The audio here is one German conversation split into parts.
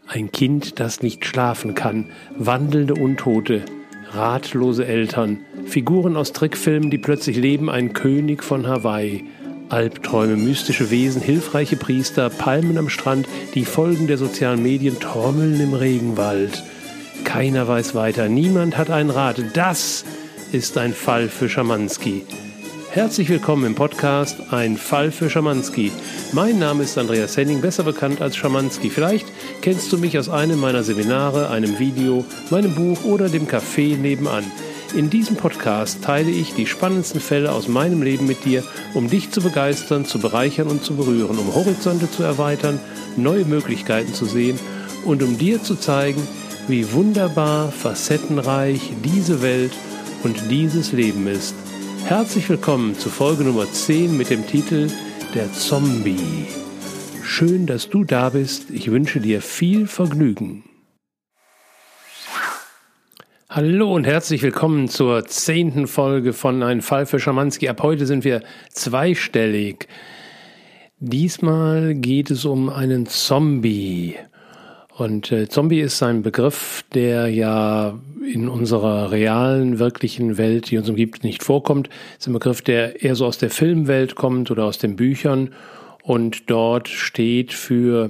Ein Kind, das nicht schlafen kann, wandelnde Untote, ratlose Eltern, Figuren aus Trickfilmen, die plötzlich leben, ein König von Hawaii, Albträume, mystische Wesen, hilfreiche Priester, Palmen am Strand, die Folgen der sozialen Medien, Trommeln im Regenwald. Keiner weiß weiter, niemand hat einen Rat. Das ist ein Fall für Schamanski. Herzlich willkommen im Podcast Ein Fall für Schamanski. Mein Name ist Andreas Henning, besser bekannt als Schamanski. Vielleicht kennst du mich aus einem meiner Seminare, einem Video, meinem Buch oder dem Café nebenan. In diesem Podcast teile ich die spannendsten Fälle aus meinem Leben mit dir, um dich zu begeistern, zu bereichern und zu berühren, um Horizonte zu erweitern, neue Möglichkeiten zu sehen und um dir zu zeigen, wie wunderbar, facettenreich diese Welt und dieses Leben ist. Herzlich willkommen zu Folge Nummer 10 mit dem Titel Der Zombie. Schön, dass du da bist. Ich wünsche dir viel Vergnügen. Hallo und herzlich willkommen zur 10. Folge von Ein Fall für Schamanski. Ab heute sind wir zweistellig. Diesmal geht es um einen Zombie. Und Zombie ist ein Begriff, der ja in unserer realen, wirklichen Welt, die uns umgibt, nicht vorkommt. Es ist ein Begriff, der eher so aus der Filmwelt kommt oder aus den Büchern und dort steht für,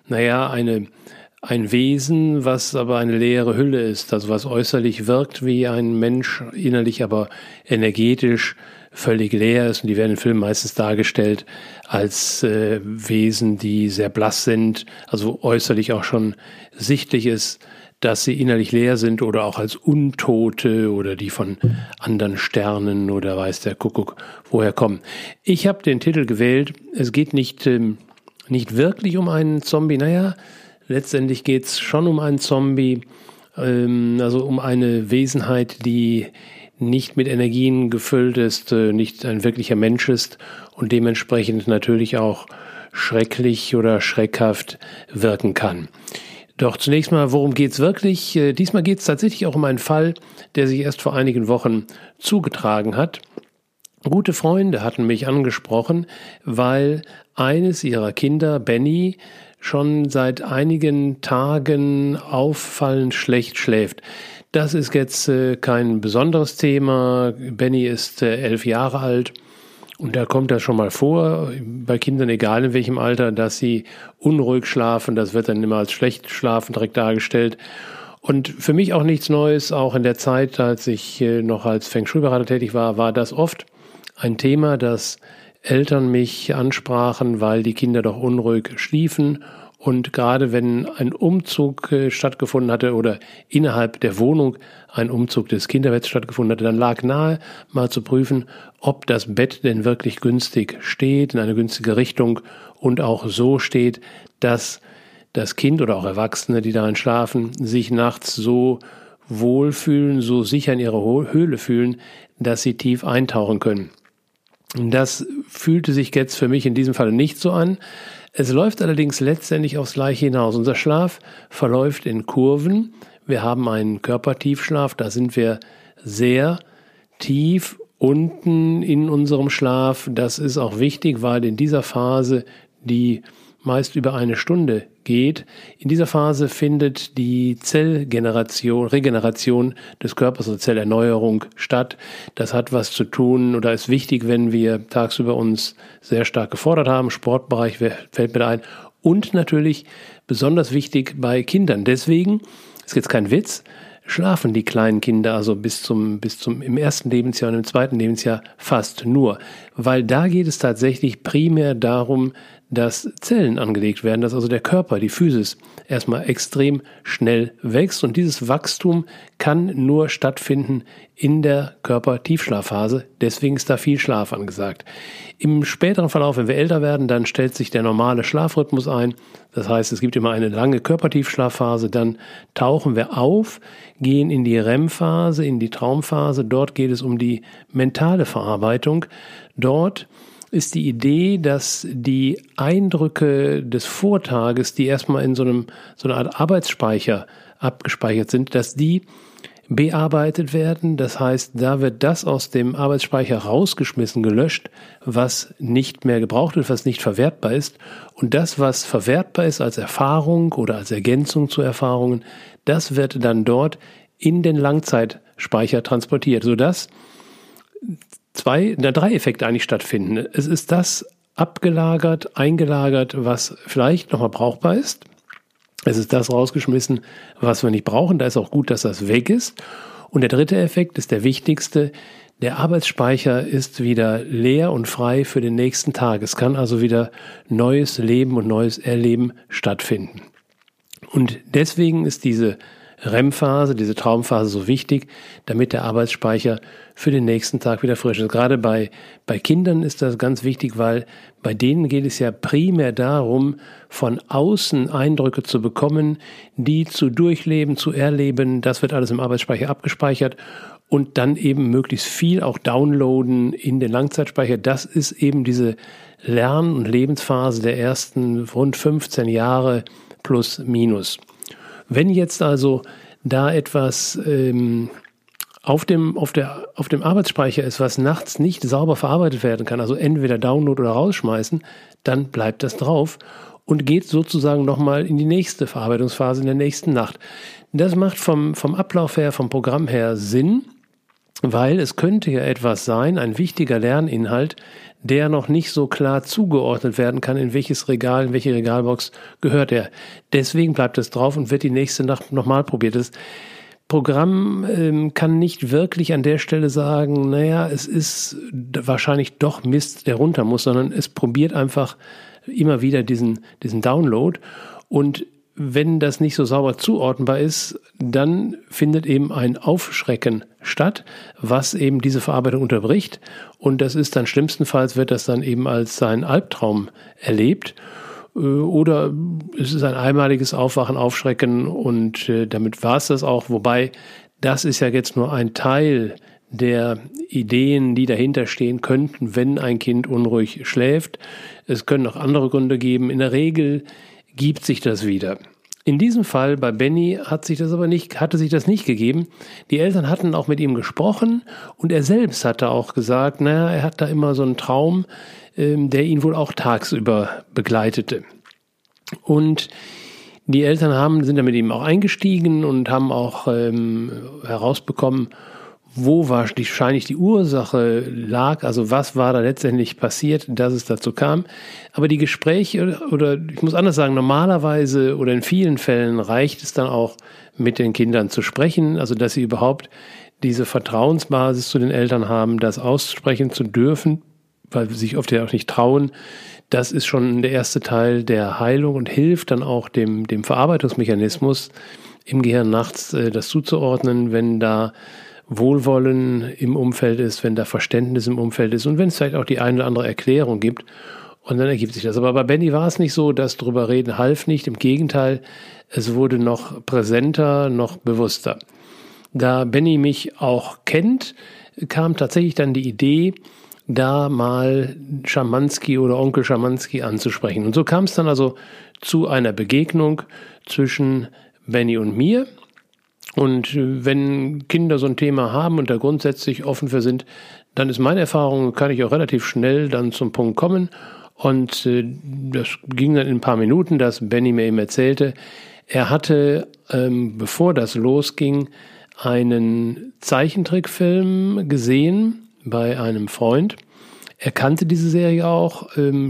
ein Wesen, was aber eine leere Hülle ist, also was äußerlich wirkt wie ein Mensch, innerlich aber energetisch völlig leer ist. Und die werden in Filmen meistens dargestellt als Wesen, die sehr blass sind, also äußerlich auch schon sichtlich ist, dass sie innerlich leer sind, oder auch als Untote oder die von anderen Sternen oder weiß der Kuckuck woher kommen. Ich habe den Titel gewählt, es geht nicht wirklich um einen Zombie, letztendlich geht es schon um einen Zombie, also um eine Wesenheit, die nicht mit Energien gefüllt ist, nicht ein wirklicher Mensch ist und dementsprechend natürlich auch schrecklich oder schreckhaft wirken kann. Doch zunächst mal, worum geht's wirklich? Diesmal geht es tatsächlich auch um einen Fall, der sich erst vor einigen Wochen zugetragen hat. Gute Freunde hatten mich angesprochen, weil eines ihrer Kinder, Benny, schon seit einigen Tagen auffallend schlecht schläft. Das ist jetzt kein besonderes Thema. Benny ist 11 Jahre alt und da kommt das schon mal vor, bei Kindern, egal in welchem Alter, dass sie unruhig schlafen. Das wird dann immer als schlecht schlafen direkt dargestellt. Und für mich auch nichts Neues, auch in der Zeit, als ich noch als Feng Shui-Berater tätig war, war das oft ein Thema, dass Eltern mich ansprachen, weil die Kinder doch unruhig schliefen. Und gerade wenn ein Umzug stattgefunden hatte oder innerhalb der Wohnung ein Umzug des Kinderbetts stattgefunden hatte, dann lag nahe, mal zu prüfen, ob das Bett denn wirklich günstig steht, in eine günstige Richtung und auch so steht, dass das Kind oder auch Erwachsene, die darin schlafen, sich nachts so wohlfühlen, so sicher in ihrer Höhle fühlen, dass sie tief eintauchen können. Das fühlte sich jetzt für mich in diesem Fall nicht so an. Es läuft allerdings letztendlich aufs Gleiche hinaus. Unser Schlaf verläuft in Kurven. Wir haben einen Körpertiefschlaf, da sind wir sehr tief unten in unserem Schlaf. Das ist auch wichtig, weil in dieser Phase, die meist über eine Stunde geht, in dieser Phase findet die Regeneration des Körpers, also Zellerneuerung statt. Das hat was zu tun oder ist wichtig, wenn wir tagsüber uns sehr stark gefordert haben. Sportbereich fällt mir da ein. Und natürlich besonders wichtig bei Kindern. Deswegen, ist jetzt kein Witz, schlafen die kleinen Kinder also bis zum im ersten Lebensjahr und im zweiten Lebensjahr fast nur. Weil da geht es tatsächlich primär darum, dass Zellen angelegt werden, dass also der Körper, die Physis, erstmal extrem schnell wächst. Und dieses Wachstum kann nur stattfinden in der Körpertiefschlafphase. Deswegen ist da viel Schlaf angesagt. Im späteren Verlauf, wenn wir älter werden, dann stellt sich der normale Schlafrhythmus ein. Das heißt, es gibt immer eine lange Körpertiefschlafphase, dann tauchen wir auf, gehen in die REM-Phase, in die Traumphase. Dort geht es um die mentale Verarbeitung. Dort ist die Idee, dass die Eindrücke des Vortages, die erstmal in so einer Art Arbeitsspeicher abgespeichert sind, dass die bearbeitet werden. Das heißt, da wird das aus dem Arbeitsspeicher rausgeschmissen, gelöscht, was nicht mehr gebraucht wird, was nicht verwertbar ist. Und das, was verwertbar ist als Erfahrung oder als Ergänzung zu Erfahrungen, das wird dann dort in den Langzeitspeicher transportiert, sodass drei Effekte eigentlich stattfinden. Es ist das abgelagert, eingelagert, was vielleicht nochmal brauchbar ist. Es ist das rausgeschmissen, was wir nicht brauchen. Da ist auch gut, dass das weg ist. Und der dritte Effekt ist der wichtigste. Der Arbeitsspeicher ist wieder leer und frei für den nächsten Tag. Es kann also wieder neues Leben und neues Erleben stattfinden. Und deswegen ist diese REM-Phase, diese Traumphase so wichtig, damit der Arbeitsspeicher für den nächsten Tag wieder frisch ist. Gerade bei Kindern ist das ganz wichtig, weil bei denen geht es ja primär darum, von außen Eindrücke zu bekommen, die zu durchleben, zu erleben. Das wird alles im Arbeitsspeicher abgespeichert und dann eben möglichst viel auch downloaden in den Langzeitspeicher. Das ist eben diese Lern- und Lebensphase der ersten rund 15 Jahre plus minus. Wenn jetzt also da etwas auf dem Arbeitsspeicher ist, was nachts nicht sauber verarbeitet werden kann, also entweder Download oder rausschmeißen, dann bleibt das drauf und geht sozusagen nochmal in die nächste Verarbeitungsphase in der nächsten Nacht. Das macht vom Ablauf her, vom Programm her Sinn, weil es könnte ja etwas sein, ein wichtiger Lerninhalt, der noch nicht so klar zugeordnet werden kann, in welches Regal, in welche Regalbox gehört er. Deswegen bleibt es drauf und wird die nächste Nacht nochmal probiert. Das Programm kann nicht wirklich an der Stelle sagen, naja, es ist wahrscheinlich doch Mist, der runter muss, sondern es probiert einfach immer wieder diesen Download. Und wenn das nicht so sauber zuordnenbar ist, dann findet eben ein Aufschrecken statt, was eben diese Verarbeitung unterbricht. Und das ist dann schlimmstenfalls, wird das dann eben als sein Albtraum erlebt. Oder es ist ein einmaliges Aufwachen, Aufschrecken und damit war es das auch. Wobei, das ist ja jetzt nur ein Teil der Ideen, die dahinter stehen könnten, wenn ein Kind unruhig schläft. Es können auch andere Gründe geben. In der Regel gibt sich das wieder. In diesem Fall bei Benny hatte sich das nicht gegeben. Die Eltern hatten auch mit ihm gesprochen und er selbst hatte auch gesagt, naja, er hat da immer so einen Traum, der ihn wohl auch tagsüber begleitete. Und die Eltern sind da mit ihm auch eingestiegen und haben auch herausbekommen, wo wahrscheinlich die Ursache lag, also was war da letztendlich passiert, dass es dazu kam. Aber die Gespräche, oder ich muss anders sagen, normalerweise oder in vielen Fällen reicht es dann auch, mit den Kindern zu sprechen, also dass sie überhaupt diese Vertrauensbasis zu den Eltern haben, das aussprechen zu dürfen, weil sie sich oft ja auch nicht trauen. Das ist schon der erste Teil der Heilung und hilft dann auch dem Verarbeitungsmechanismus im Gehirn nachts das zuzuordnen, wenn da Wohlwollen im Umfeld ist, wenn da Verständnis im Umfeld ist und wenn es vielleicht auch die eine oder andere Erklärung gibt. Und dann ergibt sich das. Aber bei Benny war es nicht so, dass drüber reden half nicht. Im Gegenteil, es wurde noch präsenter, noch bewusster. Da Benny mich auch kennt, kam tatsächlich dann die Idee, da mal Schamanski oder Onkel Schamanski anzusprechen. Und so kam es dann also zu einer Begegnung zwischen Benny und mir. Und wenn Kinder so ein Thema haben und da grundsätzlich offen für sind, dann ist meine Erfahrung, kann ich auch relativ schnell dann zum Punkt kommen. Und das ging dann in ein paar Minuten, dass Benny mir eben erzählte, er hatte, bevor das losging, einen Zeichentrickfilm gesehen bei einem Freund. Er kannte diese Serie auch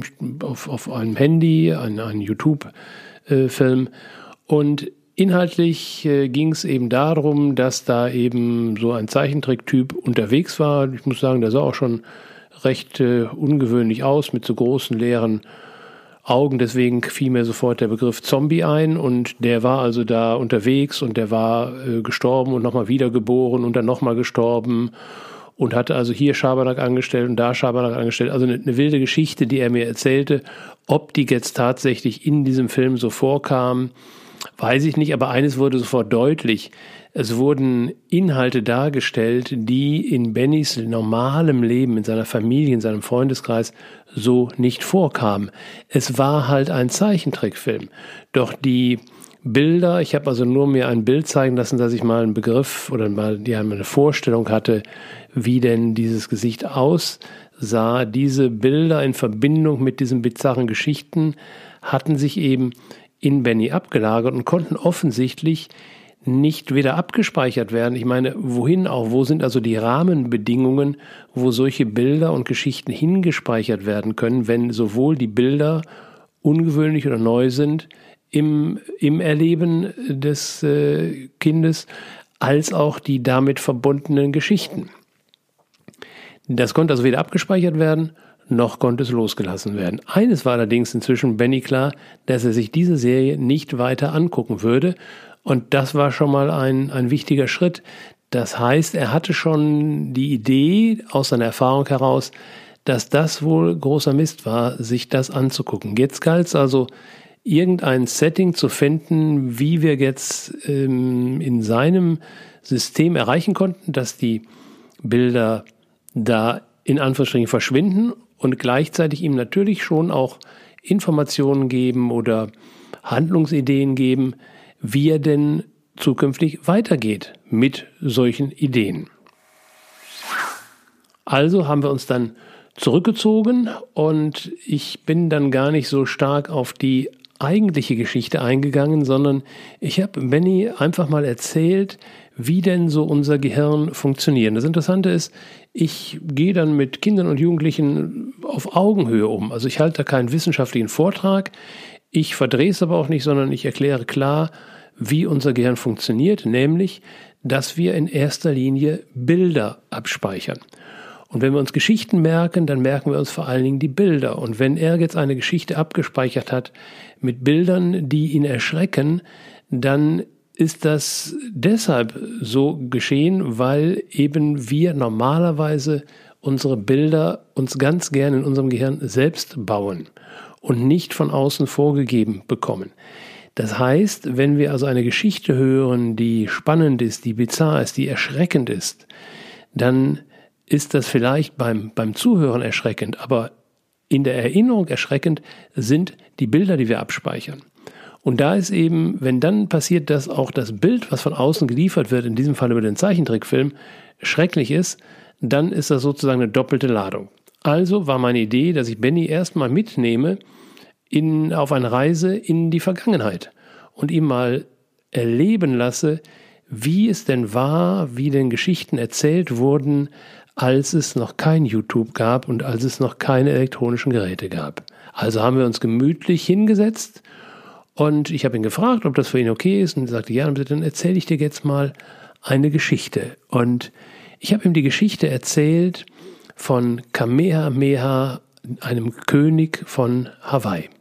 auf einem Handy, einen YouTube-Film. Und inhaltlich ging es eben darum, dass da eben so ein Zeichentricktyp unterwegs war. Ich muss sagen, der sah auch schon recht ungewöhnlich aus, mit so großen, leeren Augen. Deswegen fiel mir sofort der Begriff Zombie ein. Und der war also da unterwegs und der war gestorben und nochmal wiedergeboren und dann nochmal gestorben und hatte also hier Schabernack angestellt und da Schabernack angestellt. Also eine wilde Geschichte, die er mir erzählte. Ob die jetzt tatsächlich in diesem Film so vorkam, weiß ich nicht, aber eines wurde sofort deutlich. Es wurden Inhalte dargestellt, die in Bennys normalem Leben, in seiner Familie, in seinem Freundeskreis so nicht vorkamen. Es war halt ein Zeichentrickfilm. Doch die Bilder. Ich habe also nur mir ein Bild zeigen lassen, dass ich mal einen Begriff oder mal eine Vorstellung hatte, wie denn dieses Gesicht aussah. Diese Bilder in Verbindung mit diesen bizarren Geschichten hatten sich eben in Benny abgelagert und konnten offensichtlich nicht wieder abgespeichert werden. Ich meine, wohin auch? Wo sind also die Rahmenbedingungen, wo solche Bilder und Geschichten hingespeichert werden können, wenn sowohl die Bilder ungewöhnlich oder neu sind im Erleben des Kindes, als auch die damit verbundenen Geschichten. Das konnte also weder abgespeichert werden, noch konnte es losgelassen werden. Eines war allerdings inzwischen Benny klar, dass er sich diese Serie nicht weiter angucken würde. Und das war schon mal ein wichtiger Schritt. Das heißt, er hatte schon die Idee aus seiner Erfahrung heraus, dass das wohl großer Mist war, sich das anzugucken. Jetzt galt es also, irgendein Setting zu finden, wie wir jetzt in seinem System erreichen konnten, dass die Bilder da in Anführungsstrichen verschwinden und gleichzeitig ihm natürlich schon auch Informationen geben oder Handlungsideen geben, wie er denn zukünftig weitergeht mit solchen Ideen. Also haben wir uns dann zurückgezogen und ich bin dann gar nicht so stark auf die eigentliche Geschichte eingegangen, sondern ich habe Benny einfach mal erzählt, wie denn so unser Gehirn funktioniert. Das Interessante ist, ich gehe dann mit Kindern und Jugendlichen auf Augenhöhe um. Also ich halte da keinen wissenschaftlichen Vortrag, ich verdrehe es aber auch nicht, sondern ich erkläre klar, wie unser Gehirn funktioniert, nämlich, dass wir in erster Linie Bilder abspeichern. Und wenn wir uns Geschichten merken, dann merken wir uns vor allen Dingen die Bilder. Und wenn er jetzt eine Geschichte abgespeichert hat mit Bildern, die ihn erschrecken, dann ist das deshalb so geschehen, weil eben wir normalerweise unsere Bilder uns ganz gerne in unserem Gehirn selbst bauen und nicht von außen vorgegeben bekommen. Das heißt, wenn wir also eine Geschichte hören, die spannend ist, die bizarr ist, die erschreckend ist, dann ist das vielleicht beim Zuhören erschreckend, aber in der Erinnerung erschreckend sind die Bilder, die wir abspeichern. Und da ist eben, wenn dann passiert, dass auch das Bild, was von außen geliefert wird, in diesem Fall über den Zeichentrickfilm, schrecklich ist, dann ist das sozusagen eine doppelte Ladung. Also war meine Idee, dass ich Benny erstmal mitnehme auf eine Reise in die Vergangenheit und ihm mal erleben lasse, wie es denn war, wie denn Geschichten erzählt wurden, als es noch kein YouTube gab und als es noch keine elektronischen Geräte gab. Also haben wir uns gemütlich hingesetzt und ich habe ihn gefragt, ob das für ihn okay ist und er sagte, ja, dann erzähle ich dir jetzt mal eine Geschichte. Und ich habe ihm die Geschichte erzählt von Kamehameha, einem König von Hawaii.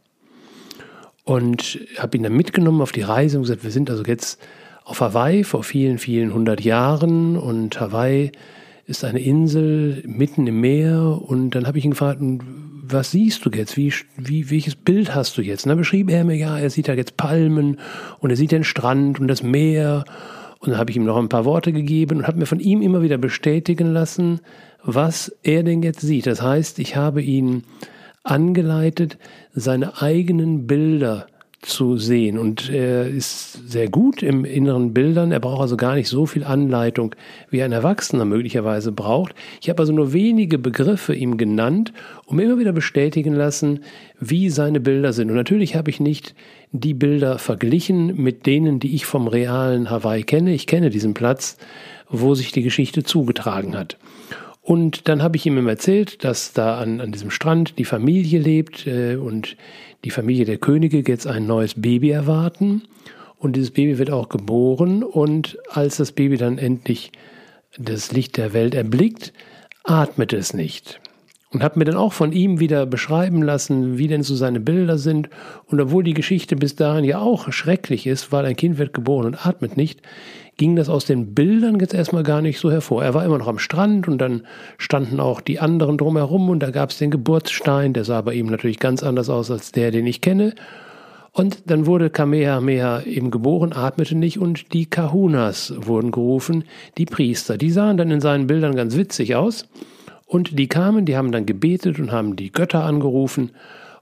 Und habe ihn dann mitgenommen auf die Reise und gesagt, wir sind also jetzt auf Hawaii vor vielen, vielen 100 Jahren und Hawaii ist eine Insel mitten im Meer und dann habe ich ihn gefragt, was siehst du jetzt? Welches Bild hast du jetzt? Und dann beschrieb er mir, ja, er sieht da jetzt Palmen und er sieht den Strand und das Meer und dann habe ich ihm noch ein paar Worte gegeben und habe mir von ihm immer wieder bestätigen lassen, was er denn jetzt sieht. Das heißt, ich habe ihn angeleitet, seine eigenen Bilder zu sehen. Und er ist sehr gut im inneren Bildern. Er braucht also gar nicht so viel Anleitung, wie ein Erwachsener möglicherweise braucht. Ich habe also nur wenige Begriffe ihm genannt, um immer wieder bestätigen lassen, wie seine Bilder sind. Und natürlich habe ich nicht die Bilder verglichen mit denen, die ich vom realen Hawaii kenne. Ich kenne diesen Platz, wo sich die Geschichte zugetragen hat. Und dann habe ich ihm erzählt, dass da an diesem Strand die Familie lebt und die Familie der Könige jetzt ein neues Baby erwarten. Und dieses Baby wird auch geboren. Und als das Baby dann endlich das Licht der Welt erblickt, atmet es nicht. Und habe mir dann auch von ihm wieder beschreiben lassen, wie denn so seine Bilder sind. Und obwohl die Geschichte bis dahin ja auch schrecklich ist, weil ein Kind wird geboren und atmet nicht, ging das aus den Bildern jetzt erstmal gar nicht so hervor. Er war immer noch am Strand und dann standen auch die anderen drumherum und da gab es den Geburtsstein, der sah bei ihm natürlich ganz anders aus als der, den ich kenne. Und dann wurde Kamehameha eben geboren, atmete nicht und die Kahunas wurden gerufen, die Priester. Die sahen dann in seinen Bildern ganz witzig aus und die kamen, die haben dann gebetet und haben die Götter angerufen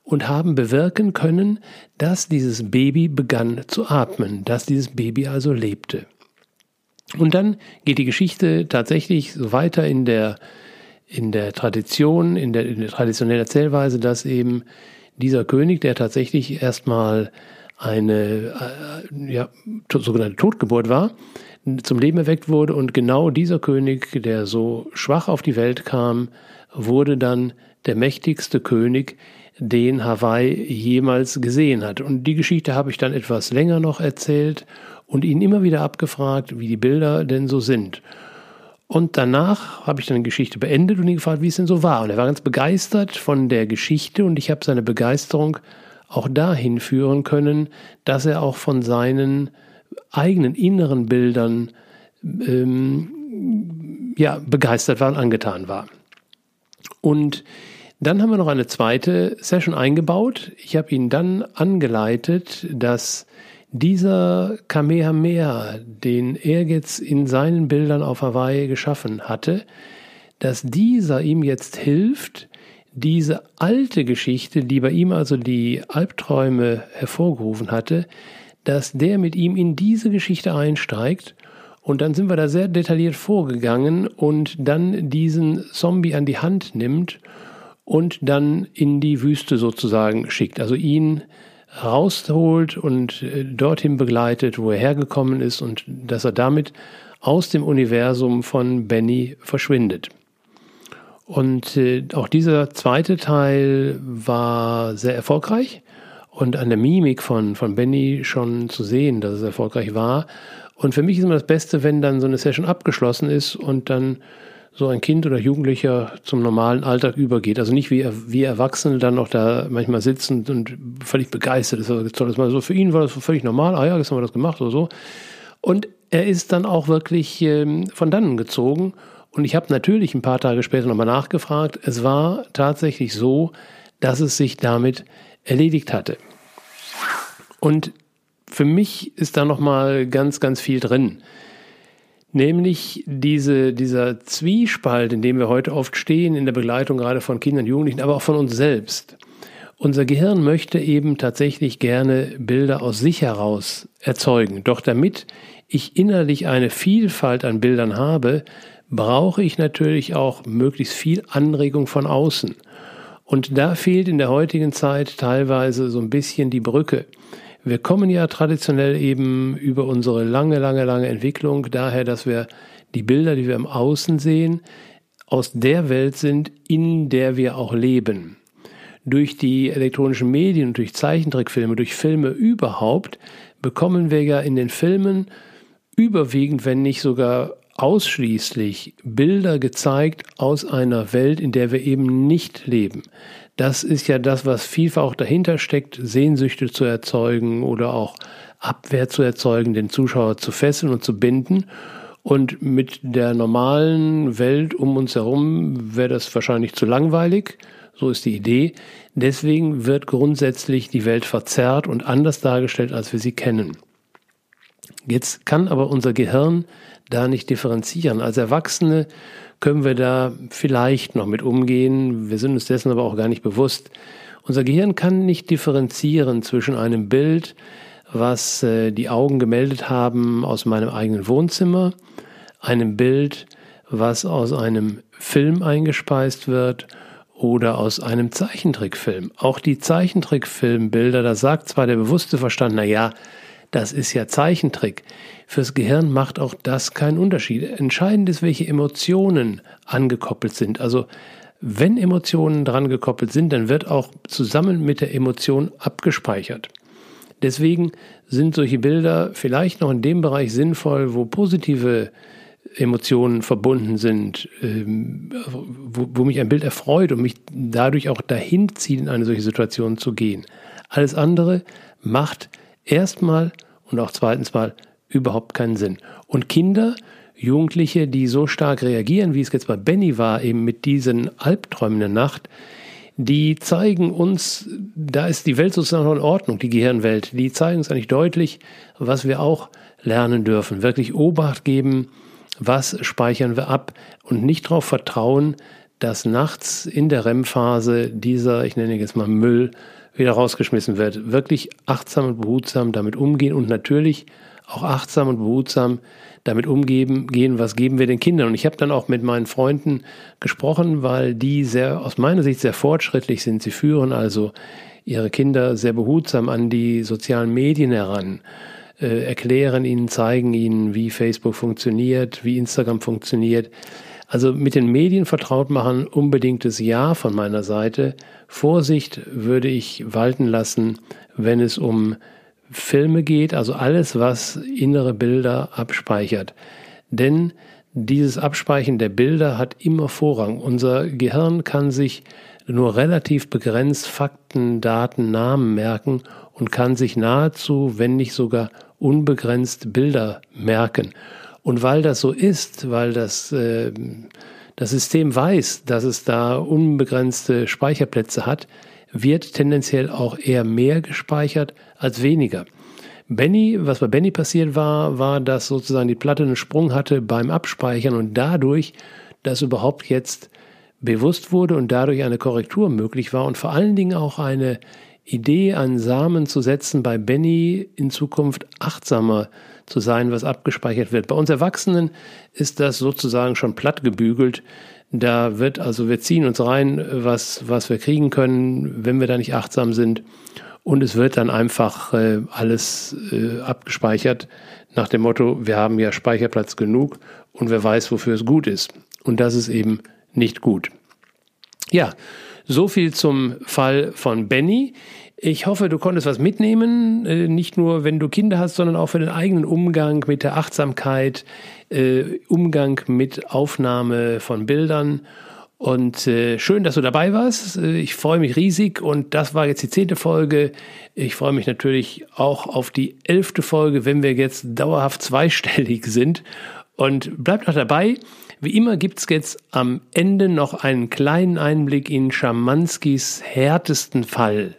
und haben bewirken können, dass dieses Baby begann zu atmen, dass dieses Baby also lebte. Und dann geht die Geschichte tatsächlich so weiter in der Tradition, in der traditionellen Erzählweise, dass eben dieser König, der tatsächlich erstmal eine sogenannte Totgeburt war, zum Leben erweckt wurde, und genau dieser König, der so schwach auf die Welt kam, wurde dann der mächtigste König, den Hawaii jemals gesehen hat. Und die Geschichte habe ich dann etwas länger noch erzählt und ihn immer wieder abgefragt, wie die Bilder denn so sind. Und danach habe ich dann die Geschichte beendet und ihn gefragt, wie es denn so war. Und er war ganz begeistert von der Geschichte, und ich habe seine Begeisterung auch dahin führen können, dass er auch von seinen eigenen inneren Bildern begeistert war und angetan war. Und dann haben wir noch eine zweite Session eingebaut. Ich habe ihn dann angeleitet, dass dieser Kamehameha, den er jetzt in seinen Bildern auf Hawaii geschaffen hatte, dass dieser ihm jetzt hilft, diese alte Geschichte, die bei ihm also die Albträume hervorgerufen hatte, dass der mit ihm in diese Geschichte einsteigt. Und dann sind wir da sehr detailliert vorgegangen und dann diesen Zombie an die Hand nimmt und dann in die Wüste sozusagen schickt. Also ihn rausholt und dorthin begleitet, wo er hergekommen ist, und dass er damit aus dem Universum von Benny verschwindet. Und auch dieser zweite Teil war sehr erfolgreich und an der Mimik von Benny schon zu sehen, dass es erfolgreich war. Und für mich ist immer das Beste, wenn dann so eine Session abgeschlossen ist und dann so ein Kind oder Jugendlicher zum normalen Alltag übergeht. Also nicht wie Erwachsene dann noch da manchmal sitzen und völlig begeistert ist. Das war so, für ihn war das völlig normal. Ah ja, jetzt haben wir das gemacht oder so. Und er ist dann auch wirklich von dannen gezogen. Und ich habe natürlich ein paar Tage später nochmal nachgefragt. Es war tatsächlich so, dass es sich damit erledigt hatte. Und für mich ist da nochmal ganz, ganz viel drin. Nämlich dieser Zwiespalt, in dem wir heute oft stehen, in der Begleitung gerade von Kindern und Jugendlichen, aber auch von uns selbst. Unser Gehirn möchte eben tatsächlich gerne Bilder aus sich heraus erzeugen. Doch damit ich innerlich eine Vielfalt an Bildern habe, brauche ich natürlich auch möglichst viel Anregung von außen. Und da fehlt in der heutigen Zeit teilweise so ein bisschen die Brücke. Wir kommen ja traditionell eben über unsere lange Entwicklung daher, dass wir die Bilder, die wir im Außen sehen, aus der Welt sind, in der wir auch leben. Durch die elektronischen Medien, durch Zeichentrickfilme, durch Filme überhaupt, bekommen wir ja in den Filmen überwiegend, wenn nicht sogar ausschließlich, Bilder gezeigt aus einer Welt, in der wir eben nicht leben. Das ist ja das, was vielfach auch dahinter steckt, Sehnsüchte zu erzeugen oder auch Abwehr zu erzeugen, den Zuschauer zu fesseln und zu binden. Und mit der normalen Welt um uns herum wäre das wahrscheinlich zu langweilig. So ist die Idee. Deswegen wird grundsätzlich die Welt verzerrt und anders dargestellt, als wir sie kennen. Jetzt kann aber unser Gehirn da nicht differenzieren. Als Erwachsene können wir da vielleicht noch mit umgehen. Wir sind uns dessen aber auch gar nicht bewusst. Unser Gehirn kann nicht differenzieren zwischen einem Bild, was die Augen gemeldet haben aus meinem eigenen Wohnzimmer, einem Bild, was aus einem Film eingespeist wird oder aus einem Zeichentrickfilm. Auch die Zeichentrickfilmbilder, da sagt zwar der bewusste Verstand, na ja, das ist ja Zeichentrick. Fürs Gehirn macht auch das keinen Unterschied. Entscheidend ist, welche Emotionen angekoppelt sind. Also wenn Emotionen dran gekoppelt sind, dann wird auch zusammen mit der Emotion abgespeichert. Deswegen sind solche Bilder vielleicht noch in dem Bereich sinnvoll, wo positive Emotionen verbunden sind, wo mich ein Bild erfreut und mich dadurch auch dahin zieht, in eine solche Situation zu gehen. Alles andere macht erstmal und auch zweitens mal überhaupt keinen Sinn. Und Kinder, Jugendliche, die so stark reagieren, wie es jetzt bei Benny war, eben mit diesen Albträumen der Nacht, die zeigen uns, da ist die Welt sozusagen noch in Ordnung, die Gehirnwelt, die zeigen uns eigentlich deutlich, was wir auch lernen dürfen. Wirklich Obacht geben, was speichern wir ab und nicht darauf vertrauen, dass nachts in der REM-Phase dieser, ich nenne ihn jetzt mal Müll, wieder rausgeschmissen wird. Wirklich achtsam und behutsam damit umgehen und natürlich auch achtsam und behutsam damit umgehen, was geben wir den Kindern. Und ich habe dann auch mit meinen Freunden gesprochen, weil die aus meiner Sicht sehr fortschrittlich sind. Sie führen also ihre Kinder sehr behutsam an die sozialen Medien heran, erklären ihnen, zeigen ihnen, wie Facebook funktioniert, wie Instagram funktioniert. Also mit den Medien vertraut machen, unbedingtes Ja von meiner Seite. Vorsicht würde ich walten lassen, wenn es um Filme geht, also alles, was innere Bilder abspeichert. Denn dieses Abspeichern der Bilder hat immer Vorrang. Unser Gehirn kann sich nur relativ begrenzt Fakten, Daten, Namen merken und kann sich nahezu, wenn nicht sogar unbegrenzt Bilder merken. Und weil das so ist, weil das System weiß, dass es da unbegrenzte Speicherplätze hat, wird tendenziell auch eher mehr gespeichert als weniger. Was bei Benny passiert war, dass sozusagen die Platte einen Sprung hatte beim Abspeichern und dadurch, dass überhaupt jetzt bewusst wurde und dadurch eine Korrektur möglich war und vor allen Dingen auch eine Idee, einen Samen zu setzen, bei Benny in Zukunft achtsamer zu sein, was abgespeichert wird. Bei uns Erwachsenen ist das sozusagen schon platt gebügelt. Wir ziehen uns rein, was wir kriegen können, wenn wir da nicht achtsam sind. Und es wird dann einfach alles abgespeichert nach dem Motto, wir haben ja Speicherplatz genug und wer weiß, wofür es gut ist. Und das ist eben nicht gut. Ja, so viel zum Fall von Benny. Ich hoffe, du konntest was mitnehmen, nicht nur, wenn du Kinder hast, sondern auch für den eigenen Umgang mit der Achtsamkeit, Umgang mit Aufnahme von Bildern. Und schön, dass du dabei warst. Ich freue mich riesig und das war jetzt die 10. Folge. Ich freue mich natürlich auch auf die 11. Folge, wenn wir jetzt dauerhaft zweistellig sind. Und bleib noch dabei. Wie immer gibt's jetzt am Ende noch einen kleinen Einblick in Schamanskys härtesten Fall.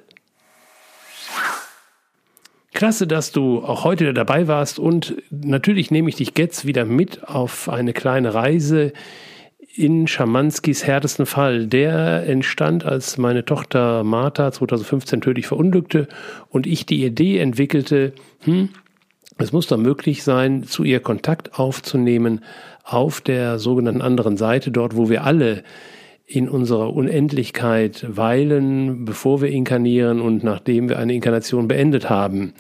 Klasse, dass du auch heute wieder dabei warst und natürlich nehme ich dich jetzt wieder mit auf eine kleine Reise in Schamanskys härtesten Fall. Der entstand, als meine Tochter Martha 2015 tödlich verunglückte und ich die Idee entwickelte, es muss doch möglich sein, zu ihr Kontakt aufzunehmen auf der sogenannten anderen Seite, dort wo wir alle in unserer Unendlichkeit weilen, bevor wir inkarnieren und nachdem wir eine Inkarnation beendet haben.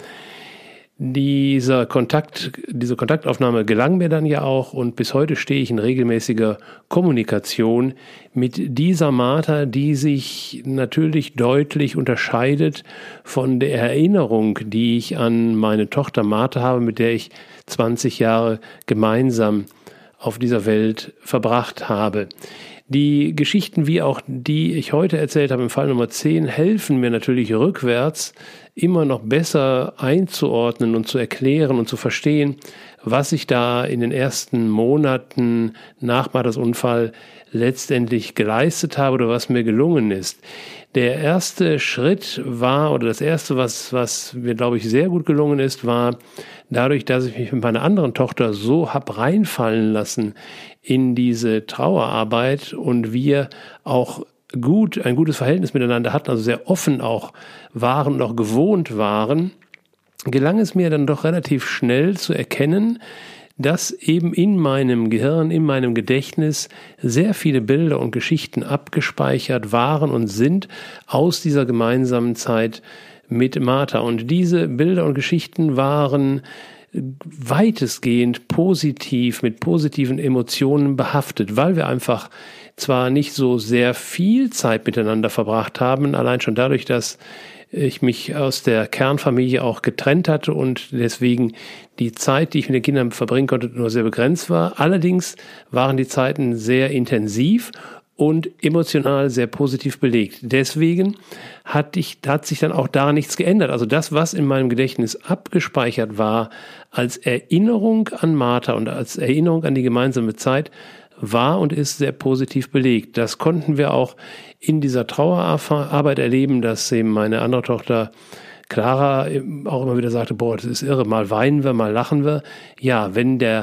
Diese Kontaktaufnahme gelang mir dann ja auch und bis heute stehe ich in regelmäßiger Kommunikation mit dieser Martha, die sich natürlich deutlich unterscheidet von der Erinnerung, die ich an meine Tochter Martha habe, mit der ich 20 Jahre gemeinsam auf dieser Welt verbracht habe. Die Geschichten, wie auch die ich heute erzählt habe im Fall Nummer 10, helfen mir natürlich rückwärts immer noch besser einzuordnen und zu erklären und zu verstehen, was ich da in den ersten Monaten nach Marthas Unfall letztendlich geleistet habe oder was mir gelungen ist. Der erste Schritt war, oder das erste, was mir, glaube ich, sehr gut gelungen ist, war dadurch, dass ich mich mit meiner anderen Tochter so hab reinfallen lassen in diese Trauerarbeit und wir auch ein gutes Verhältnis miteinander hatten, also sehr offen auch waren und auch gewohnt waren, gelang es mir dann doch relativ schnell zu erkennen, dass eben in meinem Gehirn, in meinem Gedächtnis sehr viele Bilder und Geschichten abgespeichert waren und sind aus dieser gemeinsamen Zeit mit Martha. Und diese Bilder und Geschichten waren weitestgehend positiv, mit positiven Emotionen behaftet, weil wir einfach zwar nicht so sehr viel Zeit miteinander verbracht haben, allein schon dadurch, dass ich mich aus der Kernfamilie auch getrennt hatte und deswegen die Zeit, die ich mit den Kindern verbringen konnte, nur sehr begrenzt war. Allerdings waren die Zeiten sehr intensiv und emotional sehr positiv belegt. Deswegen hat sich dann auch daran nichts geändert. Also das, was in meinem Gedächtnis abgespeichert war, als Erinnerung an Martha und als Erinnerung an die gemeinsame Zeit, war und ist sehr positiv belegt. Das konnten wir auch in dieser Trauerarbeit erleben, dass eben meine andere Tochter Clara auch immer wieder sagte, das ist irre, mal weinen wir, mal lachen wir. Ja, wenn der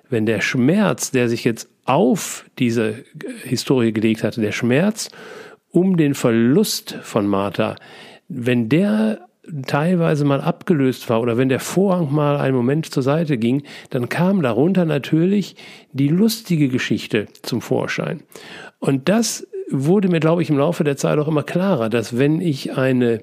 Schmerz, der sich jetzt auf diese Historie gelegt hatte, der Schmerz um den Verlust von Martha, wenn der teilweise mal abgelöst war oder wenn der Vorhang mal einen Moment zur Seite ging, dann kam darunter natürlich die lustige Geschichte zum Vorschein. Und das wurde mir, glaube ich, im Laufe der Zeit auch immer klarer, dass wenn ich eine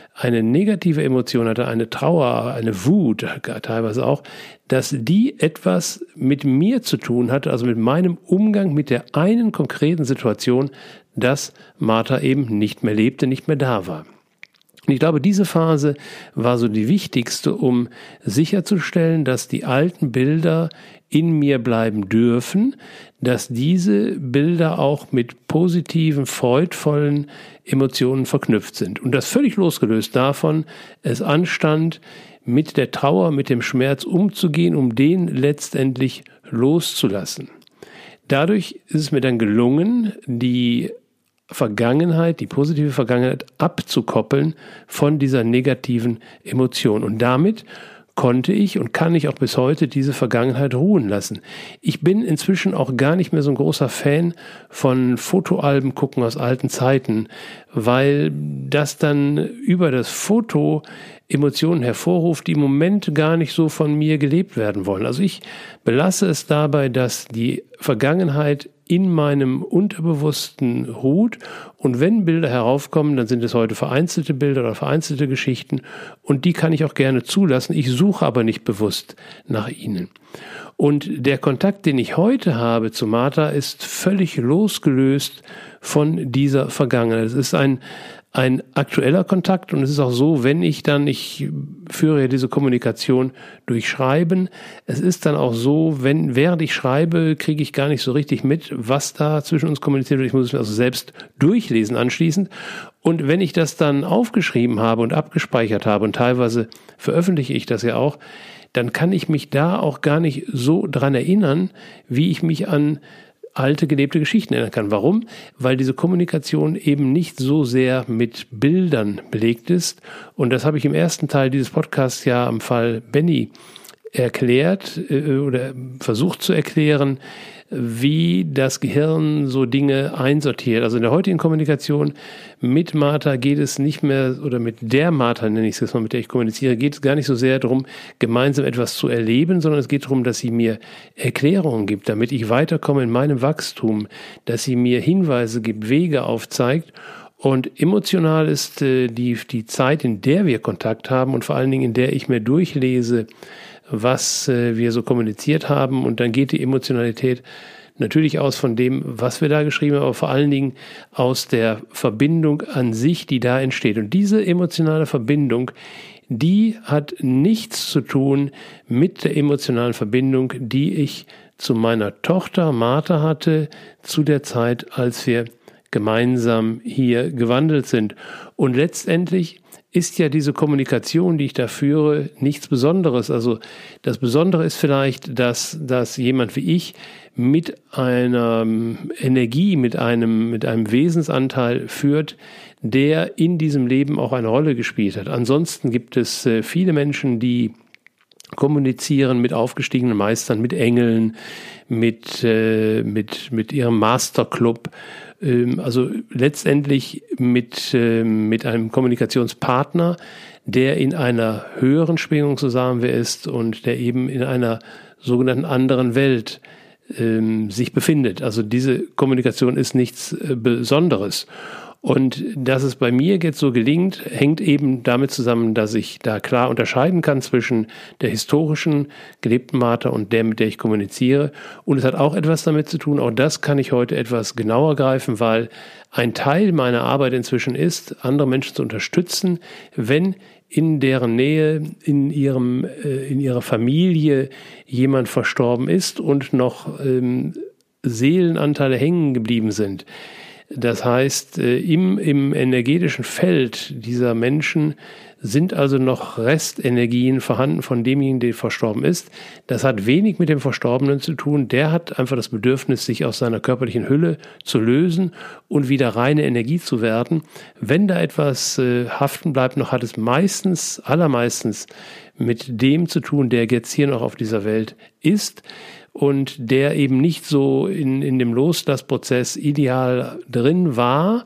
negative Emotion hatte, eine Trauer, eine Wut, teilweise auch, dass die etwas mit mir zu tun hatte, also mit meinem Umgang mit der einen konkreten Situation, dass Martha eben nicht mehr lebte, nicht mehr da war. Und ich glaube, diese Phase war so die wichtigste, um sicherzustellen, dass die alten Bilder in mir bleiben dürfen, dass diese Bilder auch mit positiven, freudvollen Emotionen verknüpft sind. Und das völlig losgelöst davon, es anstand, mit der Trauer, mit dem Schmerz umzugehen, um den letztendlich loszulassen. Dadurch ist es mir dann gelungen, die Vergangenheit, die positive Vergangenheit abzukoppeln von dieser negativen Emotion. Und damit konnte ich und kann ich auch bis heute diese Vergangenheit ruhen lassen. Ich bin inzwischen auch gar nicht mehr so ein großer Fan von Fotoalben gucken aus alten Zeiten, weil das dann über das Foto Emotionen hervorruft, die im Moment gar nicht so von mir gelebt werden wollen. Also ich belasse es dabei, dass die Vergangenheit in meinem Unterbewussten ruht und wenn Bilder heraufkommen, dann sind es heute vereinzelte Bilder oder vereinzelte Geschichten und die kann ich auch gerne zulassen. Ich suche aber nicht bewusst nach ihnen. Und der Kontakt, den ich heute habe zu Martha, ist völlig losgelöst von dieser Vergangenheit. Es ist ein aktueller Kontakt und es ist auch so, ich führe ja diese Kommunikation durch Schreiben, es ist dann auch so, während ich schreibe, kriege ich gar nicht so richtig mit, was da zwischen uns kommuniziert wird. Ich muss es mir also selbst durchlesen anschließend und wenn ich das dann aufgeschrieben habe und abgespeichert habe und teilweise veröffentliche ich das ja auch, dann kann ich mich da auch gar nicht so dran erinnern, wie ich mich an alte gelebte Geschichten erinnern kann. Warum? Weil diese Kommunikation eben nicht so sehr mit Bildern belegt ist. Und das habe ich im ersten Teil dieses Podcasts ja am Fall Benny erklärt oder versucht zu erklären, wie das Gehirn so Dinge einsortiert. Also in der heutigen Kommunikation mit Martha geht es nicht mehr, oder mit der Martha nenne ich es jetzt mal, mit der ich kommuniziere, geht es gar nicht so sehr darum, gemeinsam etwas zu erleben, sondern es geht darum, dass sie mir Erklärungen gibt, damit ich weiterkomme in meinem Wachstum, dass sie mir Hinweise gibt, Wege aufzeigt. Und emotional ist die Zeit, in der wir Kontakt haben und vor allen Dingen, in der ich mir durchlese, was wir so kommuniziert haben. Und dann geht die Emotionalität natürlich aus von dem, was wir da geschrieben haben, aber vor allen Dingen aus der Verbindung an sich, die da entsteht. Und diese emotionale Verbindung, die hat nichts zu tun mit der emotionalen Verbindung, die ich zu meiner Tochter Martha hatte, zu der Zeit, als wir gemeinsam hier gewandelt sind. Und letztendlich ist ja diese Kommunikation, die ich da führe, nichts Besonderes. Also das Besondere ist vielleicht, dass jemand wie ich mit einer Energie, mit einem Wesensanteil führt, der in diesem Leben auch eine Rolle gespielt hat. Ansonsten gibt es viele Menschen, die kommunizieren mit aufgestiegenen Meistern, mit Engeln, mit ihrem Masterclub, also letztendlich mit einem Kommunikationspartner, der in einer höheren Schwingung zusammen ist und der eben in einer sogenannten anderen Welt sich befindet. Also diese Kommunikation ist nichts Besonderes. Und dass es bei mir jetzt so gelingt, hängt eben damit zusammen, dass ich da klar unterscheiden kann zwischen der historischen gelebten Martha und der, mit der ich kommuniziere. Und es hat auch etwas damit zu tun, auch das kann ich heute etwas genauer greifen, weil ein Teil meiner Arbeit inzwischen ist, andere Menschen zu unterstützen, wenn in deren Nähe, in ihrer Familie jemand verstorben ist und noch Seelenanteile hängen geblieben sind. Das heißt, im energetischen Feld dieser Menschen sind also noch Restenergien vorhanden von demjenigen, der verstorben ist. Das hat wenig mit dem Verstorbenen zu tun. Der hat einfach das Bedürfnis, sich aus seiner körperlichen Hülle zu lösen und wieder reine Energie zu werden. Wenn da etwas haften bleibt, noch hat es allermeistens mit dem zu tun, der jetzt hier noch auf dieser Welt ist. Und der eben nicht so in dem Loslassprozess ideal drin war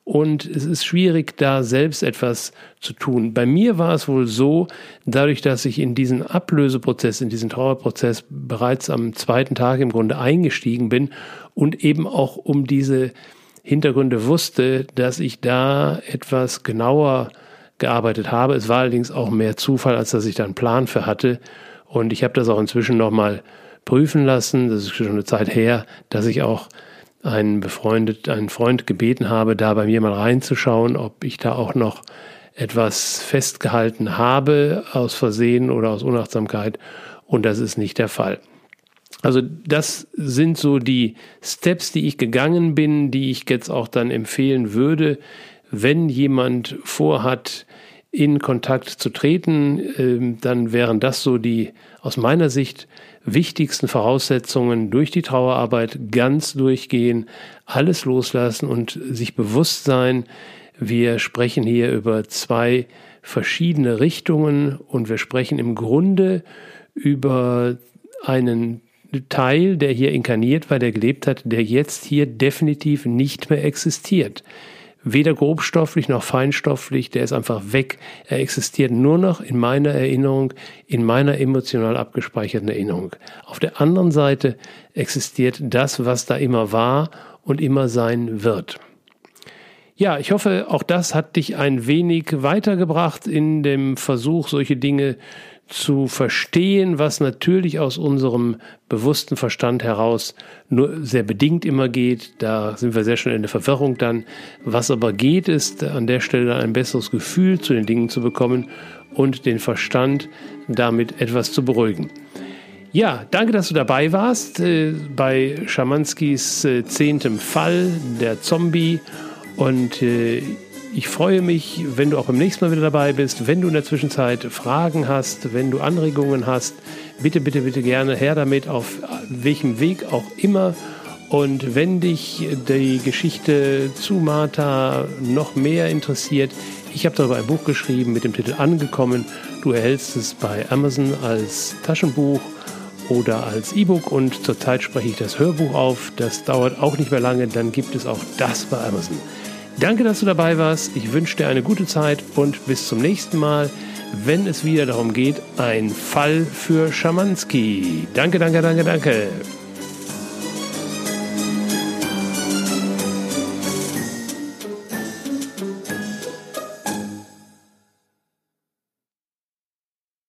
und es ist schwierig, da selbst etwas zu tun. Bei mir war es wohl so, dadurch, dass ich in diesen Ablöseprozess, in diesen Trauerprozess bereits am zweiten Tag im Grunde eingestiegen bin und eben auch um diese Hintergründe wusste, dass ich da etwas genauer gearbeitet habe. Es war allerdings auch mehr Zufall, als dass ich da einen Plan für hatte. Und ich habe das auch inzwischen nochmal prüfen lassen. Das ist schon eine Zeit her, dass ich auch einen Freund gebeten habe, da bei mir mal reinzuschauen, ob ich da auch noch etwas festgehalten habe, aus Versehen oder aus Unachtsamkeit. Und das ist nicht der Fall. Also das sind so die Steps, die ich gegangen bin, die ich jetzt auch dann empfehlen würde, wenn jemand vorhat, in Kontakt zu treten, dann wären das so die aus meiner Sicht wichtigsten Voraussetzungen: durch die Trauerarbeit ganz durchgehen, alles loslassen und sich bewusst sein, wir sprechen hier über 2 verschiedene Richtungen und wir sprechen im Grunde über einen Teil, der hier inkarniert war, der gelebt hat, der jetzt hier definitiv nicht mehr existiert. Weder grobstofflich noch feinstofflich, der ist einfach weg. Er existiert nur noch in meiner Erinnerung, in meiner emotional abgespeicherten Erinnerung. Auf der anderen Seite existiert das, was da immer war und immer sein wird. Ja, ich hoffe, auch das hat dich ein wenig weitergebracht in dem Versuch, solche Dinge zu verstehen, was natürlich aus unserem bewussten Verstand heraus nur sehr bedingt immer geht. Da sind wir sehr schnell in der Verwirrung dann. Was aber geht, ist an der Stelle ein besseres Gefühl zu den Dingen zu bekommen und den Verstand damit etwas zu beruhigen. Ja, danke, dass du dabei warst bei Schamanskys 10. Fall, der Zombie. Und ich freue mich, wenn du auch beim nächsten Mal wieder dabei bist. Wenn du in der Zwischenzeit Fragen hast, wenn du Anregungen hast, bitte gerne her damit, auf welchem Weg auch immer. Und wenn dich die Geschichte zu Martha noch mehr interessiert, ich habe darüber ein Buch geschrieben mit dem Titel Angekommen. Du erhältst es bei Amazon als Taschenbuch oder als E-Book und zurzeit spreche ich das Hörbuch auf. Das dauert auch nicht mehr lange, dann gibt es auch das bei Amazon. Danke, dass du dabei warst. Ich wünsche dir eine gute Zeit und bis zum nächsten Mal, wenn es wieder darum geht, ein Fall für Schamansky. Danke.